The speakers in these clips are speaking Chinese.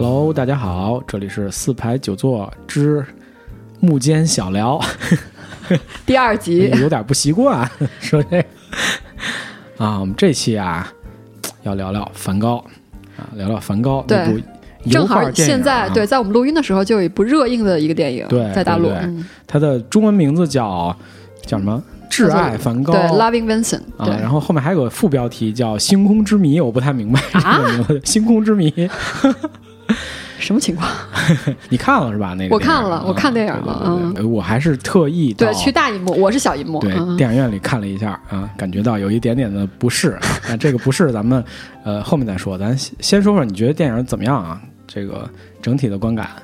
Hello， 大家好，这里是四排九座之幕间小聊第二集， 有点不习惯说这个啊。我们这期啊要聊聊梵高啊，聊聊梵高那部正好现在对，在我们录音的时候就有一部热映的一个电影， 对， 在大陆， 它的中文名字叫什么？挚爱梵高， 对 ，Loving Vincent， 对，然后后面还有个副标题叫《星空之谜》，我不太明白啊， 星空之谜什么情况？ 你看了是吧？那个我看了，我看电影了， 对，我还是特意对去大荧幕，我是小荧幕， 对，电影院里看了一下啊，感觉到有一点点的不适，但这个不适咱们后面再说，咱先说说你觉得电影怎么样啊？这个整体的观感，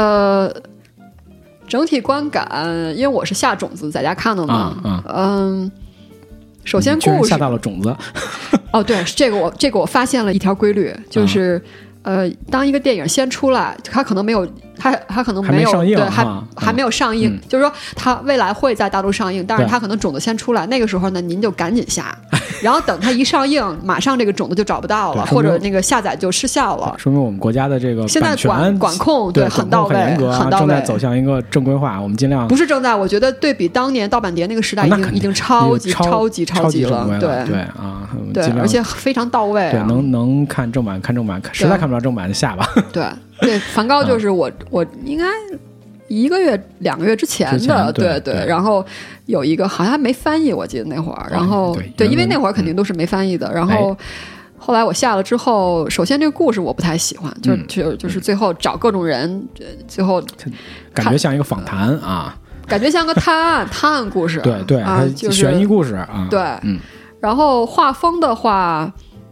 整体观感，因为我是下种子在家看的嘛，首先故事下到了种子， 哦，对，这个我发现了一条规律，就是当一个电影先出来，它可能没有，它可能没有上映， 对，还没有上映，就是说它未来会在大陆上映，但是它可能种子先出来，那个时候呢，您就赶紧下，然后等它一上映，马上这个种子就找不到了，或者那个下载就失效了， 说明我们国家的这个现在管控对很到位， 很严格， 很到位， 正在走向一个正规化，我们尽量不是正在，我觉得对比当年盗版碟那个时代，已经超级了，对啊， 对，而且非常到位， 对，能看正版，实在看不了正版就下吧。 对，梵高就是我应该1个月2个月之前的，对，然后有一个好像还没翻译，我记得那会儿，然后对，因为那会儿肯定都是没翻译的，然后后来我下了之后，首先这个故事我不太喜欢，就是最后找各种人，最后感觉像一个访谈啊， 感觉像个探案故事， 对啊，就是悬疑故事啊， 对，然后画风的话，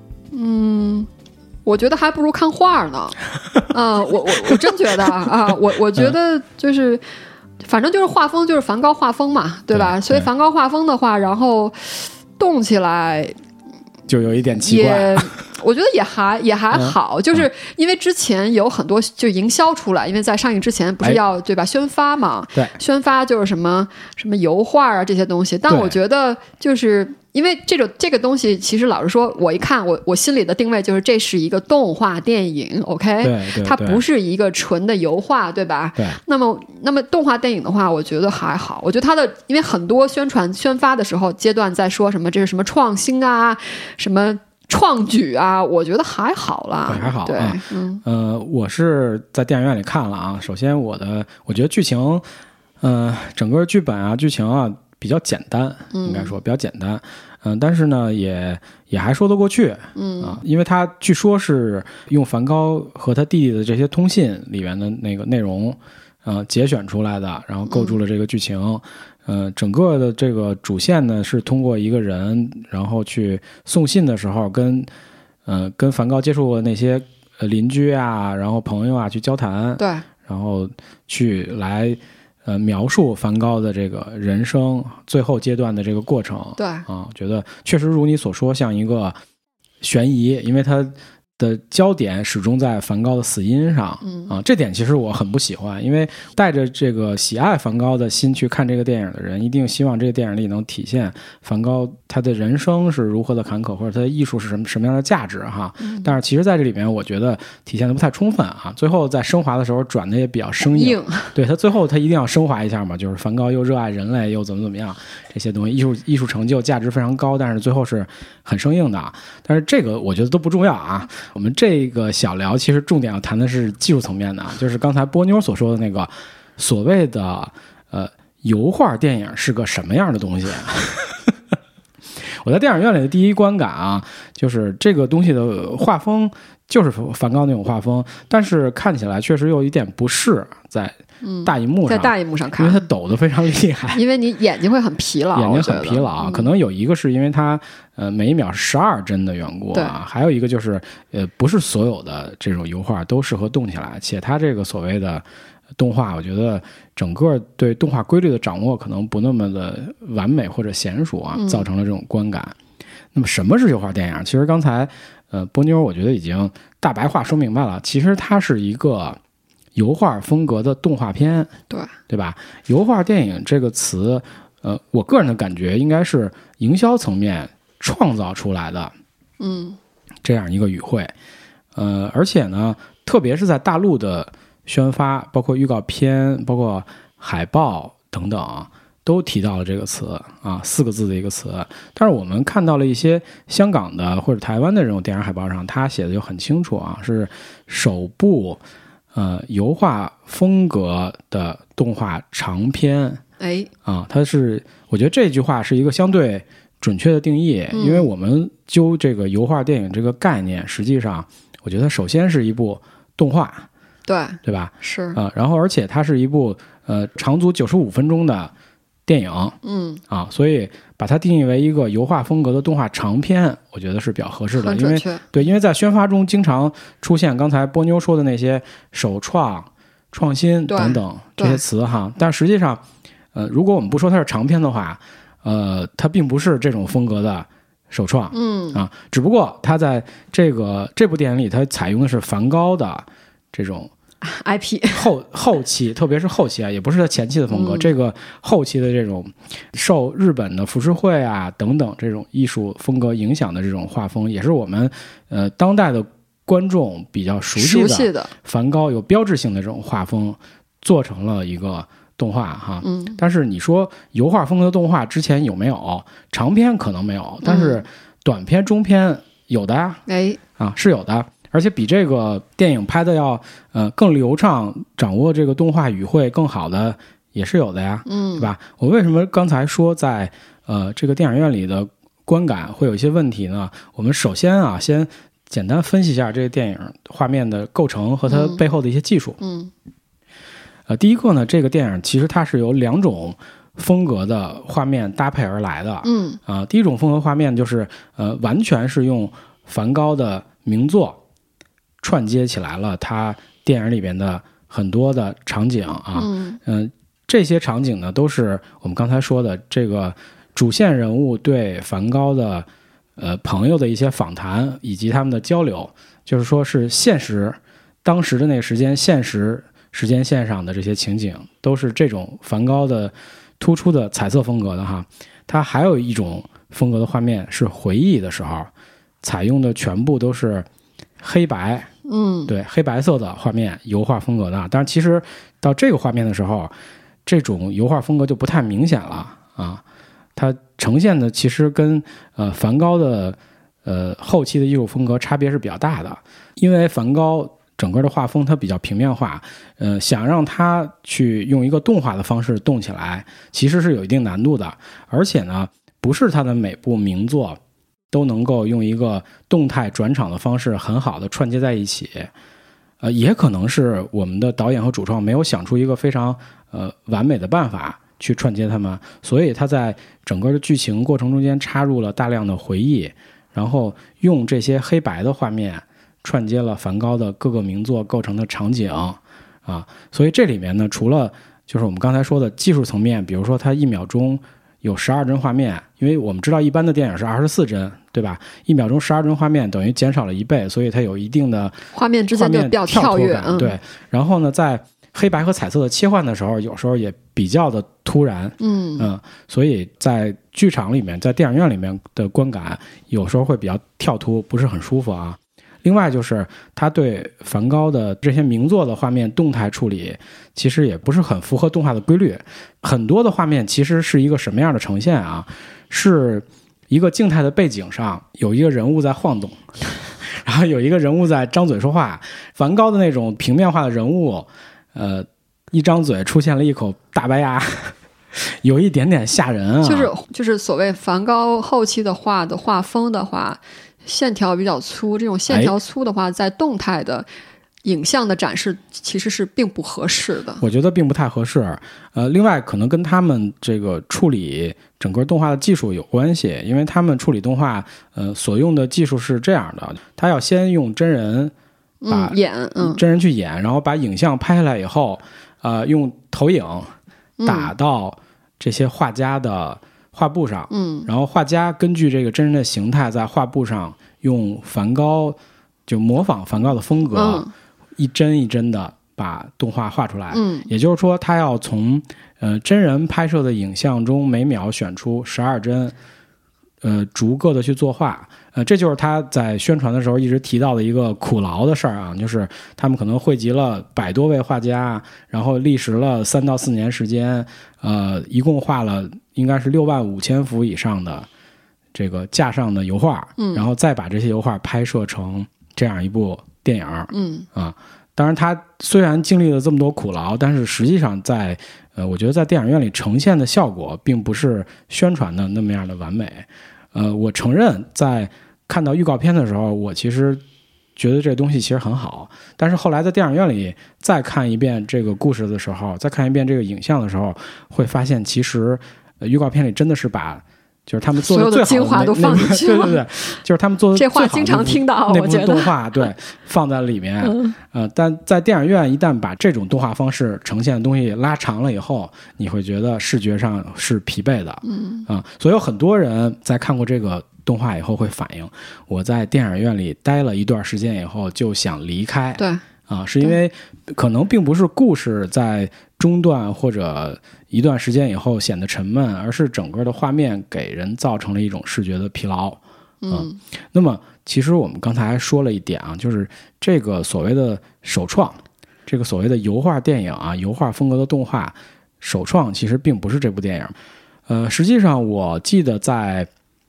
我觉得还不如看画呢，我真觉得啊，我觉得就是，反正就是画风就是梵高画风嘛，对吧？所以梵高画风的话，然后动起来就有一点奇怪。 我觉得也还好，就是因为之前有很多就营销出来，因为在上映之前不是要对吧宣发嘛， 对， 宣发就是什么油画啊这些东西，但我觉得就是因为这个东西，其实老实说，我一看我心里的定位就是这是一个动画电影 ，OK， 对， 它不是一个纯的油画，对吧？ 对。 那么动画电影的话，我觉得还好。我觉得它的，因为很多宣发的时候阶段在说什么这是什么创新啊，什么创举啊，我觉得还好啦， 还好。 对， 我是在电影院里看了啊。首先我觉得剧情，整个剧本啊、剧情啊。比较简单，应该说比较简单，但是呢，也还说得过去，因为他据说是用梵高和他弟弟的这些通信里面的那个内容，节选出来的，然后构筑了这个剧情，整个的这个主线呢是通过一个人，然后去送信的时候跟梵高接触过的那些邻居啊，然后朋友啊去交谈， 对， 然后去来。描述梵高的这个人生最后阶段的这个过程， 对啊，觉得确实如你所说，像一个悬疑，因为它的焦点始终在梵高的死因上，这点其实我很不喜欢，因为带着这个喜爱梵高的心去看这个电影的人，一定希望这个电影里能体现梵高他的人生是如何的坎坷，或者他的艺术是什么样的价值哈。但是其实在这里面，我觉得体现的不太充分啊。最后在升华的时候转的也比较生硬，对他最后他一定要升华一下嘛，就是梵高又热爱人类，又怎么样，这些东西艺术成就价值非常高，但是最后是很生硬的。但是这个我觉得都不重要啊。我们这个小聊其实重点要谈的是技术层面的，就是刚才波妞所说的那个所谓的油画电影是个什么样的东西。我在电影院里的第一观感啊，就是这个东西的画风就是梵高那种画风，但是看起来确实有一点不适在大荧幕上， 在大荧幕上看， 因为它抖得非常厉害， 因为你眼睛会很疲劳， 眼睛很疲劳，可能有一个是因为它每一秒12帧的缘故啊，还有一个就是不是所有的这种油画都适合动起来，且它这个所谓的动画，我觉得整个对动画规律的掌握可能不那么的完美或者娴熟啊，造成了这种观感。那么什么是油画电影？其实刚才波妞我觉得已经大白话说明白了，其实它是一个油画风格的动画片，对吧？油画电影这个词，我个人的感觉应该是营销层面创造出来的，这样一个语汇，而且呢， 特别是在大陆的宣发，包括预告片，包括海报等等，都提到了这个词啊，4个字的一个词。但是我们看到了一些香港的或者台湾的这种电影海报上，它写的就很清楚啊，是首部油画风格的动画长片。它是，我觉得这句话是一个相对准确的定义，因为我们就这个油画电影这个概念，实际上我觉得首先是一部动画，对吧？ 是然后而且它是一部长足95分钟的电影，所以把它定义为一个油画风格的动画长片，我觉得是比较合适的，因为在宣发中经常出现刚才波妞说的那些首创、创新等等这些词哈，但实际上如果我们不说它是长篇的话，它并不是这种风格的首创，只不过它在这部电影里，它采用的是梵高的这种 IP 后期，特别是后期啊，也不是它前期的风格，这个后期的这种受日本的浮世绘啊等等这种艺术风格影响的这种画风，也是我们当代的观众比较熟悉的梵高有标志性的这种画风，做成了一个动画哈。但是你说油画风格的动画之前有没有？长篇可能没有，但是短篇、中篇有的呀，是有的，而且比这个电影拍的要更流畅，掌握这个动画语汇更好的也是有的呀，对吧？我为什么刚才说在这个电影院里的观感会有一些问题呢？我们首先先简单分析一下这个电影画面的构成和它背后的一些技术。第一个呢，这个电影其实它是由2种风格的画面搭配而来的。第一种风格画面就是完全是用梵高的名作串接起来了他电影里边的很多的场景啊。这些场景呢都是我们刚才说的这个主线人物对梵高的朋友的一些访谈以及他们的交流，就是说是当时的那个现实时间线上的这些情景都是这种梵高的突出的彩色风格的哈。它还有一种风格的画面是回忆的时候采用的全部都是黑白，对，黑白色的画面，油画风格的。但是其实到这个画面的时候，这种油画风格就不太明显了啊。它呈现的其实跟梵高的后期的艺术风格差别是比较大的，因为梵高整个的画风它比较平面化，想让它去用一个动画的方式动起来，其实是有一定难度的。而且呢，不是他的每部名作都能够用一个动态转场的方式很好的串接在一起，也可能是我们的导演和主创没有想出一个非常完美的办法去串接他们，所以他在整个的剧情过程中间插入了大量的回忆，然后用这些黑白的画面串接了梵高的各个名作构成的场景啊。所以这里面呢，除了就是我们刚才说的技术层面，比如说它1秒钟有12帧画面，因为我们知道一般的电影是24帧，对吧？1秒钟12帧画面等于减少了1倍，所以它有一定的画面之间就比较跳跃， 对。然后呢，在黑白和彩色的切换的时候，有时候也比较的突然，所以在剧场里面，在电影院里面的观感有时候会比较跳突，不是很舒服啊。另外就是他对梵高的这些名作的画面动态处理其实也不是很符合动画的规律，很多的画面其实是一个什么样的呈现啊？是一个静态的背景上有一个人物在晃动，然后有一个人物在张嘴说话。梵高的那种平面化的人物一张嘴出现了一口大白牙，有一点点吓人啊。 就是所谓梵高后期的画风的话，线条比较粗，这种线条粗的话，在动态的影像的展示其实是并不合适的， 我觉得并不太合适。另外可能跟他们这个处理整个动画的技术有关系，因为他们处理动画所用的技术是这样的，他要先用真人把真人去演，然后把影像拍下来以后用投影打到这些画家的画布上，然后画家根据这个真人的形态在画布上用梵高就模仿梵高的风格，一帧一帧的把动画画出来。也就是说他要从真人拍摄的影像中每秒选出12帧逐个的去作画。这就是他在宣传的时候一直提到的一个苦劳的事儿啊，就是他们可能汇集了100多位画家，然后历时了3到4年时间，一共画了应该是65000幅以上的这个架上的油画，然后再把这些油画拍摄成这样一部电影，当然他虽然经历了这么多苦劳，但是实际上我觉得在电影院里呈现的效果并不是宣传的那么样的完美。我承认在看到预告片的时候，我其实觉得这东西其实很好，但是后来在电影院里再看一遍这个故事的时候，再看一遍这个影像的时候，会发现其实预告片里真的是把就是他们做的最好的所有的精华都放进去了， 对，就是他们做的这话经常听到， 那部动画对放在里面，但在电影院一旦把这种动画方式呈现的东西拉长了以后，你会觉得视觉上是疲惫的，所以有很多人在看过这个动画以后会反映，我在电影院里待了一段时间以后就想离开， 对是因为可能并不是故事在中断或者一段时间以后显得沉闷，而是整个的画面给人造成了一种视觉的疲劳。那么其实我们刚才还说了一点啊，就是这个所谓的首创，这个所谓的油画电影啊，油画风格的动画首创其实并不是这部电影。实际上我记得在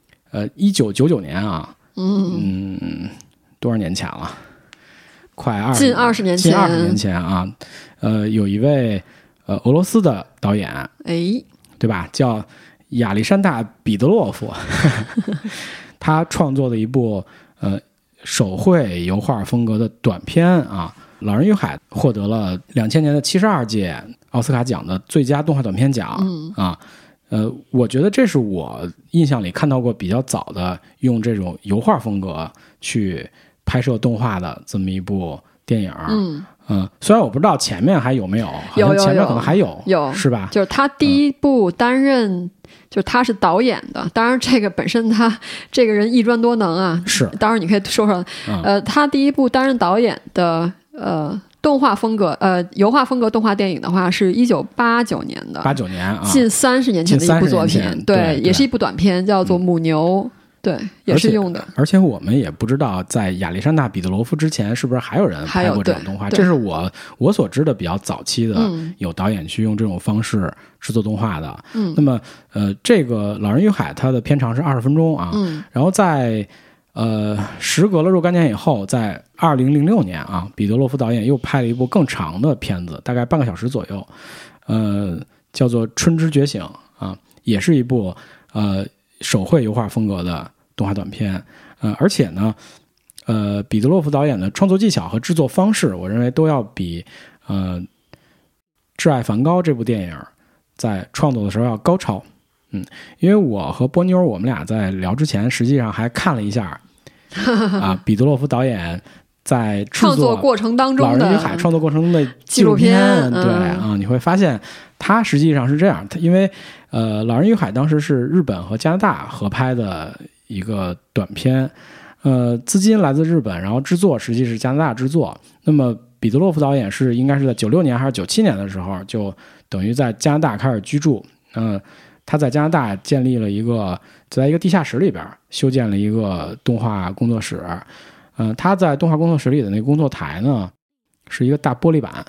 1999年啊，多少年前了？快近20年前， 近20年前啊，有一位俄罗斯的导演，对吧？叫亚历山大·彼得洛夫，他创作的一部手绘油画风格的短片啊，《老人与海》获得了2000年的72届奥斯卡奖的最佳动画短片奖啊。我觉得这是我印象里看到过比较早的用这种油画风格去拍摄动画的这么一部电影。虽然我不知道前面还有没有，好像前面可能还有是吧？ 就是他第一部担任，就是他是导演的。当然，这个本身他这个人艺专多能啊， 是。 当然你可以说说，他第一部担任导演的动画风格油画风格动画电影的话是1989年的 ，89年啊， 近30年前的一部作品，对，也是一部短片，叫做《母牛》。对，也是用的。 而且我们也不知道在亚历山大·彼得罗夫之前是不是还有人拍过这种动画，这是我所知的比较早期的有导演去用这种方式制作动画的。那么这个《老人与海》它的片长是20分钟啊，然后在时隔了若干年以后，在2006年啊，彼得洛夫导演又拍了一部更长的片子，大概半个小时左右，叫做《春之觉醒》啊，也是一部手绘油画风格的动画短片。而且呢，彼得洛夫导演的创作技巧和制作方式，我认为都要比《挚爱梵高》这部电影在创作的时候要高超。因为我和波妞我们俩在聊之前，实际上还看了一下彼得洛夫导演在创作过程当中的《 老人与海》创作过程中的纪录片。对啊，你会发现它实际上是这样，因为老人与海当时是日本和加拿大合拍的一个短片，资金来自日本，然后制作实际是加拿大制作。那么彼得洛夫导演应该是在96年还是97年的时候，就等于在加拿大开始居住。他在加拿大建立了在一个地下室里边修建了一个动画工作室。他在动画工作室里的那个工作台呢，是一个大玻璃板，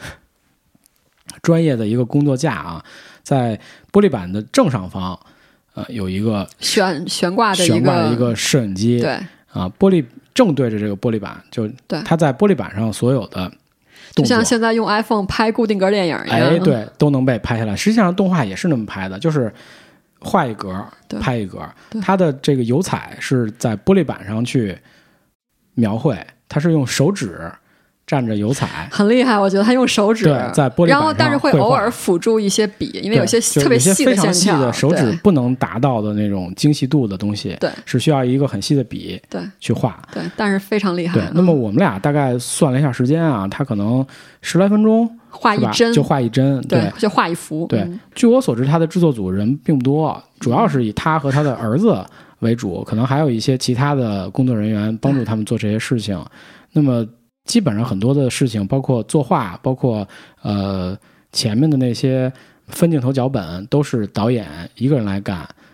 专业的一个工作架啊，在玻璃板的正上方，有一个悬挂的一个摄影机， 对啊，玻璃正对着这个玻璃板，就他在玻璃板上所有的动作， 就像现在用 iPhone 拍固定格电影一样， 对，都能被拍下来。实际上动画也是那么拍的，就是画一格拍一格，它的这个油彩是在玻璃板上去描绘，它是用手指蘸着油彩， 很厉害。我觉得他用手指， 对，在玻璃板上然后但是会偶尔辅助一些笔，因为有些特别细的线条， 非常细的手指不能达到的那种精细度的东西， 对， 是需要一个很细的笔去画， 对，但是非常厉害。 对，那么我们俩大概算了一下时间啊，他可能10来分钟画一帧， 就画一帧，对， 就画一幅。 对，据我所知，他的制作组人并不多，主要是以他和他的儿子为主，可能还有一些其他的工作人员帮助他们做这些事情。那么基本上很多的事情，包括作画，包括前面的那些分镜头脚本，都是导演一个人来干。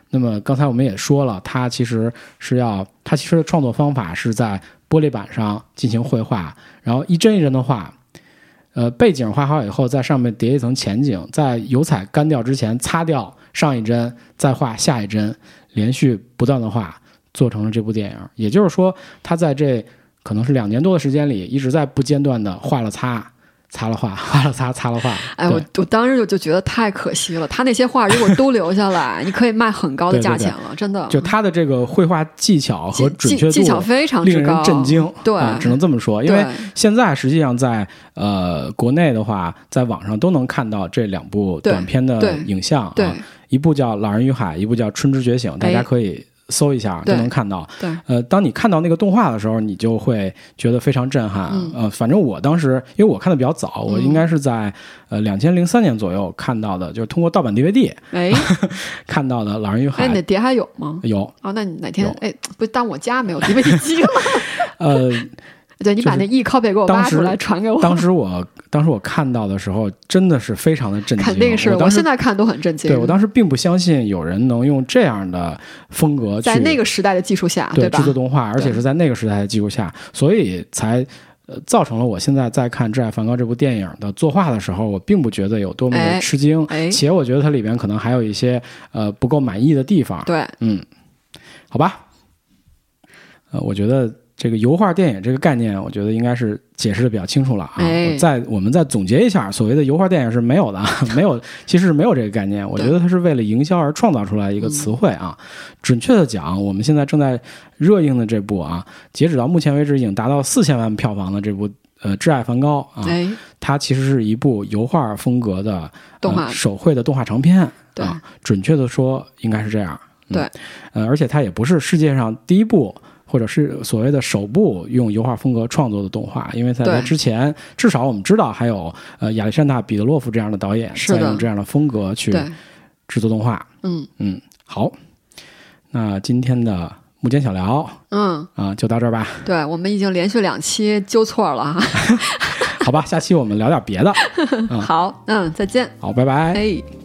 那么刚才我们也说了，他其实的创作方法是在玻璃板上进行绘画，然后一帧一帧的画，背景画好以后，在上面叠一层前景，在油彩干掉之前擦掉上一帧，再画下一帧，连续不断的画，做成了这部电影。也就是说，他在这可能是2年多的时间里，一直在不间断的画了擦了画，画了擦，擦了画。 哎，我当时就觉得太可惜了，他那些画如果都留下来，你可以卖很高的价钱了， 对对对， 真的。 就他的这个绘画技巧和准确度， 技巧非常之高， 令人震惊。 对， 只能这么说。因为现在实际上在国内的话，在网上都能看到这2部短片的影像啊，一部叫《老人与海》，一部叫《春之觉醒》，大家可以搜一下就能看到。 对， 当你看到那个动画的时候，你就会觉得非常震撼。反正我当时因为我看的比较早，我应该是在2003年左右看到的，就是通过盗版 DVD 看到的《老人与海》。 哎，你的碟还有吗？ 有。 哦，那你哪天不但我家没有 DVD 机了。对，你把那copy 给我挖出来传给我。 当时我看到的时候，真的是非常的震惊。 肯定是，我现在看都很震惊。 对，我当时并不相信有人能用这样的风格去在那个时代的技术下， 对吧？ 制作动画，而且是在那个时代的技术下，所以才造成了我现在在看《挚爱梵高》这部电影的作画的时候，我并不觉得有多么的吃惊，且我觉得它里边可能还有一些不够满意的地方。 对， 好吧，我觉得这个油画电影这个概念，我觉得应该是解释的比较清楚了啊。我们再总结一下，所谓的油画电影是没有的，其实是没有这个概念。我觉得它是为了营销而创造出来一个词汇啊。准确的讲，我们现在正在热映的这部啊，截止到目前为止已经达到4000万票房的这部挚爱梵高啊，它其实是一部油画风格的动画手绘的动画长片。 对， 准确的说应该是这样。 对， 而且它也不是世界上第一部，或者是所谓的首部用油画风格创作的动画，因为在它之前，至少我们知道还有亚历山大·彼得洛夫这样的导演在用这样的风格去制作动画。好，那今天的幕间小聊，就到这儿吧。 对，我们已经连续2期纠错了哈。 好吧，下期我们聊点别的。 好，再见。 好，拜拜。 哎。